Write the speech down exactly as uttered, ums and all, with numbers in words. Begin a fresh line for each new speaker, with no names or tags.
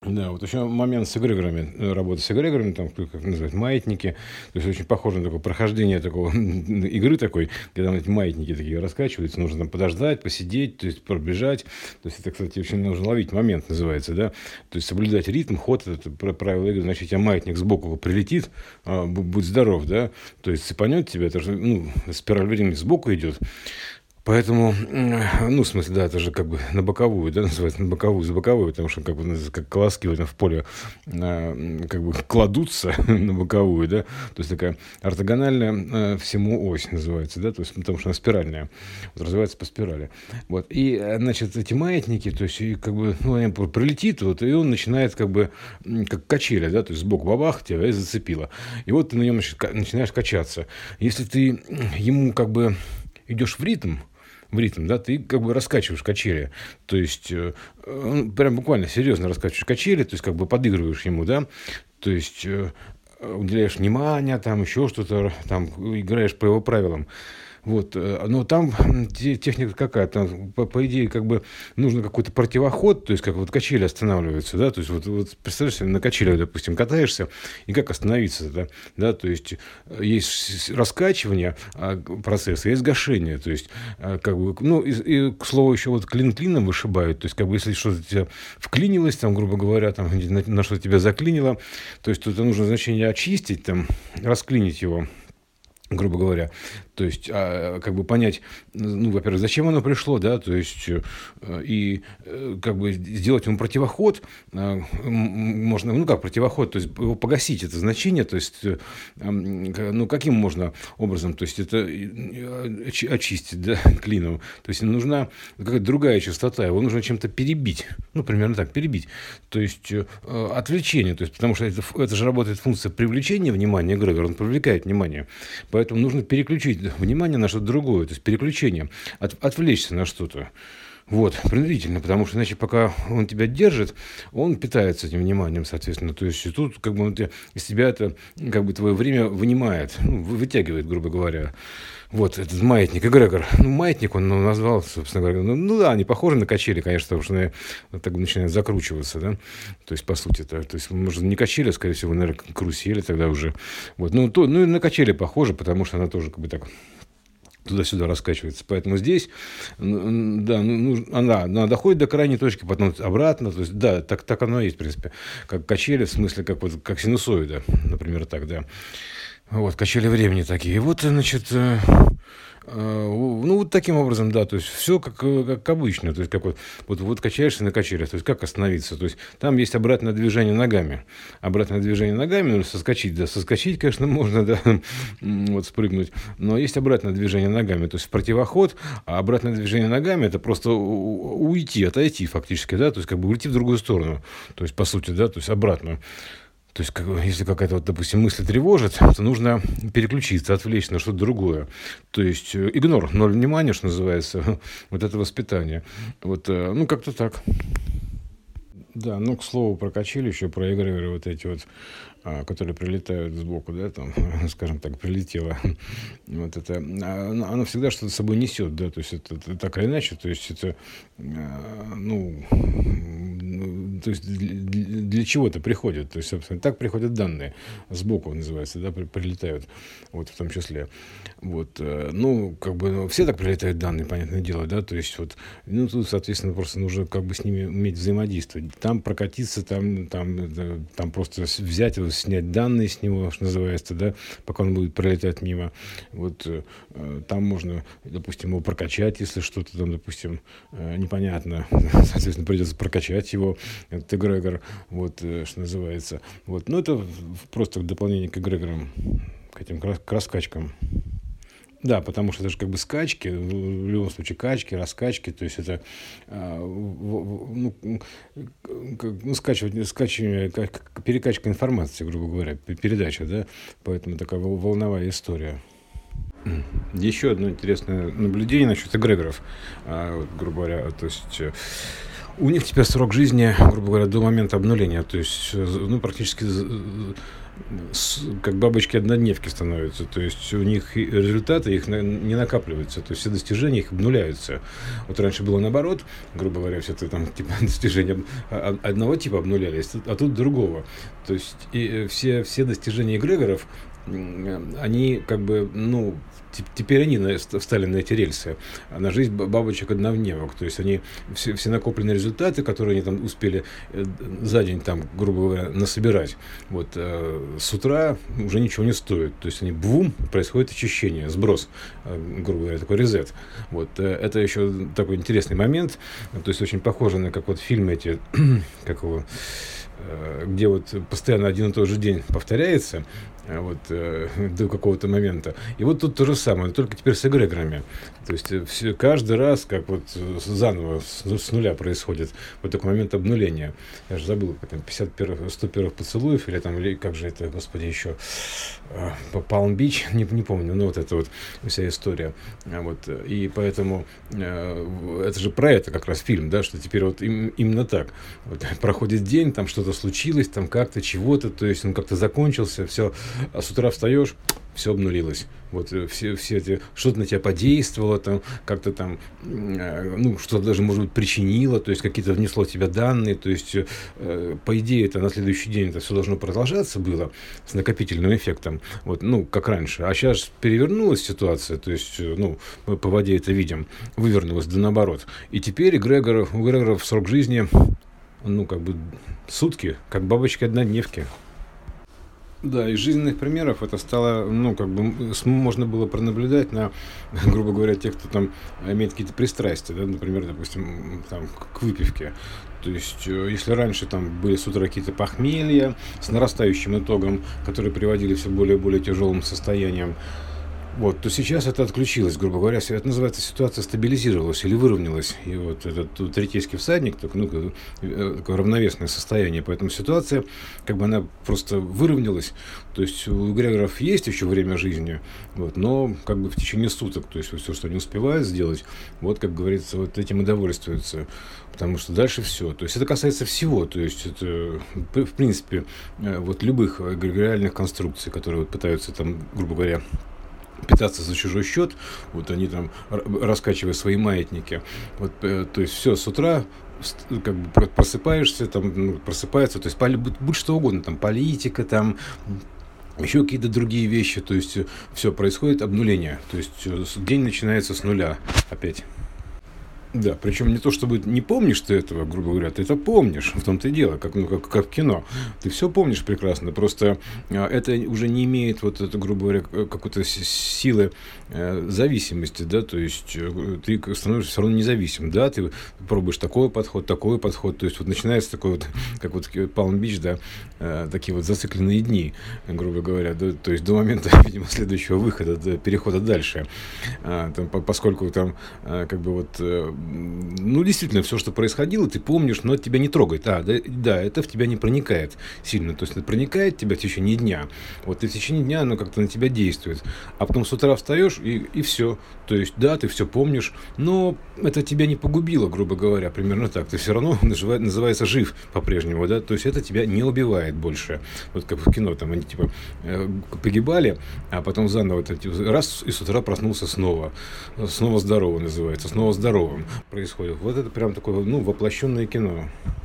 Да, вот еще момент с эгрегорами, э, работа с эгрегорами, там, как как называют, маятники. То есть очень похоже на такое прохождение такого игры такой, когда эти маятники такие раскачиваются, нужно там подождать, посидеть, то есть пробежать. То есть это, кстати, очень нужно ловить момент, называется, да. То есть соблюдать ритм, ход, это про- правило игры, значит, у тебя маятник сбоку прилетит, а, бу- будь здоров, да. То есть цепанет тебя, это же, ну, спираль времени сбоку идет. Поэтому, м, ну, в смысле, да, это же как бы на боковую, да, называется, на боковую, за боковую, потому что как бы ну, как колоски в этом в поле а, м, как бы кладутся на боковую, да, то есть такая ортогональная а, всему ось называется, да, то есть потому что она спиральная, вот, развивается по спирали. Вот, и, а, значит, эти маятники, то есть, и как бы, ну, они пр- пролетит, вот, и он начинает как бы, м, как качели, да, то есть сбоку бабах тебя и зацепило. И вот ты на нем начинаешь качаться. Если ты м, ему как бы идешь в ритм, в ритм, да, ты как бы раскачиваешь качели, то есть э, э, прям буквально серьезно раскачиваешь качели, то есть как бы подыгрываешь ему, да, то есть э, уделяешь внимание, там еще что-то, там играешь по его правилам. Вот, э, но там м, те- техника какая? Там, по, по идее, как бы нужно какой-то противоход, то есть как вот качели останавливаются, да, то есть вот, вот представляешь себе, на качелях, допустим, катаешься, и как остановиться, да, да, то есть э, есть с- раскачивание а, г- процесса, есть гашение, то есть а, как бы, ну, и, и, к слову, еще вот клин клином вышибают, то есть как бы если что-то тебя вклинилось, там, грубо говоря, там, где на, на что-то тебя заклинило, то есть тут нужно значение очистить, там, расклинить его, грубо говоря, то есть, а, как бы понять, ну, во-первых, зачем оно пришло, да, то есть, э, и э, как бы сделать ему противоход, а, м, можно, ну, как противоход, то есть его погасить, это значение, то есть, э, м, к- ну, каким можно образом, то есть, это э, очи- очистить, да, клином, то есть, нужна какая-то другая частота, его нужно чем-то перебить, ну, примерно так, перебить, то есть, э, отвлечение, то есть, потому что это, ф- это же работает функция привлечения внимания эгрегора, он привлекает внимание. Поэтому нужно переключить внимание на что-то другое, то есть переключение, от, отвлечься на что-то. Вот, принудительно, потому что, иначе, пока он тебя держит, он питается этим вниманием, соответственно. То есть и тут как бы он тебя- из тебя это как бы твое время вынимает, ну, вы- вытягивает, грубо говоря. Вот, этот маятник, эгрегор. Ну, маятник он ну, назвал, собственно говоря. Ну, ну да, они похожи на качели, конечно, потому что они вот так начинают закручиваться, да. То есть, по сути, это, то есть, может, не качели, а, скорее всего, наверное, карусели тогда уже. Вот, ну, то, ну, и на качели похоже, потому что она тоже как бы так туда-сюда раскачивается. Поэтому здесь, н- да, ну, ну, она, она доходит до крайней точки, потом обратно. То есть, да, так, так оно и есть, в принципе. Как качели, в смысле, как, вот, как синусоида, например, так, да. Вот, качели времени такие. И вот, значит, э, э, у- ну, вот таким образом, да, то есть все как, э, как обычно, то есть как вот, вот, вот качаешься на качелях, то есть как остановиться, то есть там есть обратное движение ногами, обратное движение ногами, ну, соскочить, да, соскочить, конечно, можно, да, м, вот спрыгнуть, но есть обратное движение ногами, то есть в противоход, а обратное движение ногами это просто у- у- уйти, отойти фактически, да, то есть как бы уйти в другую сторону, то есть по сути, да, то есть обратно. То есть, как, бы, если какая-то, вот, допустим, мысль тревожит, то нужно переключиться, отвлечься на что-то другое. То есть, э, игнор, ноль внимания, что называется, вот это воспитание. Вот, э, ну, как-то так. Да, ну, к слову, про качели еще, про эгрегоры вот эти вот, а, которые прилетают сбоку, да, там, скажем так, прилетело. Вот это, а, оно оно всегда что-то с собой несет, да, то есть это, это так или иначе, то есть это, а, ну, м, то есть для, для- для чего это приходит, то есть, собственно, так приходят данные, сбоку называется, да, при- прилетают, вот в том числе. Вот, э, ну, как бы, ну, все так прилетают данные, понятное дело, да, то есть вот, ну, тут, соответственно, просто нужно как бы с ними уметь взаимодействовать. Там прокатиться, там, там, э, там просто с- взять его, снять данные с него, что называется, да, пока он будет пролетать мимо. Вот э, э, там можно, допустим, его прокачать, если что-то там, допустим, э, непонятно. Соответственно, придется прокачать его, этот эгрегор, вот, э, что называется. Вот, ну, это в- просто дополнение к эгрегорам, к этим крас- к раскачкам. Да, потому что это же как бы скачки, в в любом случае качки, раскачки, то есть это а, в- в- ну, м, как- ну, скачивать, скачивание, как- как перекачка информации, грубо говоря, пе- передача, да, поэтому такая вол- волновая история. М. Еще одно интересное наблюдение насчет эгрегоров, а, вот, грубо говоря, то есть э, у них теперь срок жизни, грубо говоря, до момента обнуления, то есть, э, ну, практически з- с- как бабочки-однодневки становятся. То есть у них и результаты их на- не накапливаются. То есть все достижения их обнуляются. Вот раньше было наоборот, грубо говоря, все это там типа достижения об- а- одного типа обнулялись, тут- а тут другого. То есть и э, все, все достижения эгрегоров, м, они как бы, ну, те- теперь они на- ст- встали на эти рельсы, а на жизнь ба- бабочек-однодневок. То есть они все, все накопленные результаты, которые они там успели э, за день, там, грубо говоря, насобирать, вот, э, с утра уже ничего не стоит. То есть они бвум, происходит очищение, сброс, э, грубо говоря, такой резет. Вот, э, это еще такой интересный момент. То есть очень похоже на как вот фильмы эти, как его, э, где вот постоянно один и тот же день повторяется, э, вот, э, до какого-то момента. И вот тут то же самое, но только теперь с эгрегорами. То есть э, все, каждый раз, как вот э, заново, с, ну, с нуля происходит вот такой момент обнуления. Я же забыл, как там пятьдесят первых, сто первых поцелуев, или там, или как же это, господи, еще, Палм-Бич, не, не помню, ну вот это вот вся история. А Вот, э, и поэтому э, это же про это как раз фильм, да, что теперь вот им- именно так. Вот, проходит день, там что-то случилось, там как-то, чего-то, то есть он как-то закончился, все, а с утра встаешь, все обнулилось. Вот э, все, все эти, что-то на тебя подействовало, там, как-то там, э, ну, что-то даже, может быть, причинило, то есть какие-то внесло в тебя данные, то есть, э, по идее, это на следующий день это все должно продолжаться было с накопительным эффектом, вот, ну, как раньше. А сейчас перевернулась ситуация, то есть, э, ну, мы по воде это видим, вывернулась да наоборот. И теперь эгрегор, у эгрегоров срок жизни, ну, как бы сутки, как бабочки-однодневки. Да, из жизненных примеров это стало, ну, как бы м, с- можно было пронаблюдать на, грубо говоря, тех, кто там имеет какие-то пристрастия, да, например, допустим, м, там, к к выпивке. То есть, э, если раньше там были с утра какие-то похмелья с нарастающим итогом, которые приводили все более и более тяжелым состояниям, вот, то сейчас это отключилось, грубо говоря, это называется, ситуация стабилизировалась или выровнялась. И вот этот вот третейский всадник, так, ну, как, э, такое равновесное состояние. Поэтому ситуация, как бы она просто выровнялась. То есть у эгрегоров есть еще время жизни, вот, но как бы в течение суток, то есть вот все, что они успевают сделать, вот, как говорится, вот этим и довольствуются. Потому что дальше все. То есть это касается всего. То есть это, в в принципе, э, вот любых эгрегориальных конструкций, которые вот пытаются там, грубо говоря, питаться за чужой счет, вот они там, р- раскачивая свои маятники, вот, э, то есть все, с утра вст- как бы про- просыпаешься, там, ну, просыпается, то есть поли- будь, будь что угодно, там, политика, там, еще какие-то другие вещи, то есть все, происходит обнуление, то есть э, с- день начинается с нуля опять. Да, причем не то, чтобы не помнишь ты этого, грубо говоря, ты это помнишь, в том-то и дело, как, ну, как, как в кино. Ты все помнишь прекрасно, просто а, это уже не имеет, вот это, грубо говоря, к- какой-то с- силы э, зависимости, да, то есть э, ты к- становишься все равно независим, да, ты пробуешь такой подход, такой подход, то есть вот начинается такой вот, как вот Палм-Бич, да, э, такие вот зацикленные дни, грубо говоря, да, то есть до момента, видимо, следующего выхода, до перехода дальше. А, там, по- поскольку там а, как бы вот, э, м, ну, действительно, все, что происходило, ты помнишь, но это тебя не трогает. А, да, да, это в тебя не проникает сильно. То есть это проникает в тебя в течение дня. Вот и в течение дня оно как-то на тебя действует. А потом с утра встаешь и, и все. То есть, да, ты все помнишь, но это тебя не погубило, грубо говоря, примерно так. Ты все равно называ- называется жив по-прежнему, да, то есть это тебя не убивает больше. Вот как в кино, там они типа э, погибали, а потом заново это, типа, раз и с утра проснулся снова. Снова здорово называется, снова здоровым происходит. Вот это прям такое, ну, воплощенное кино.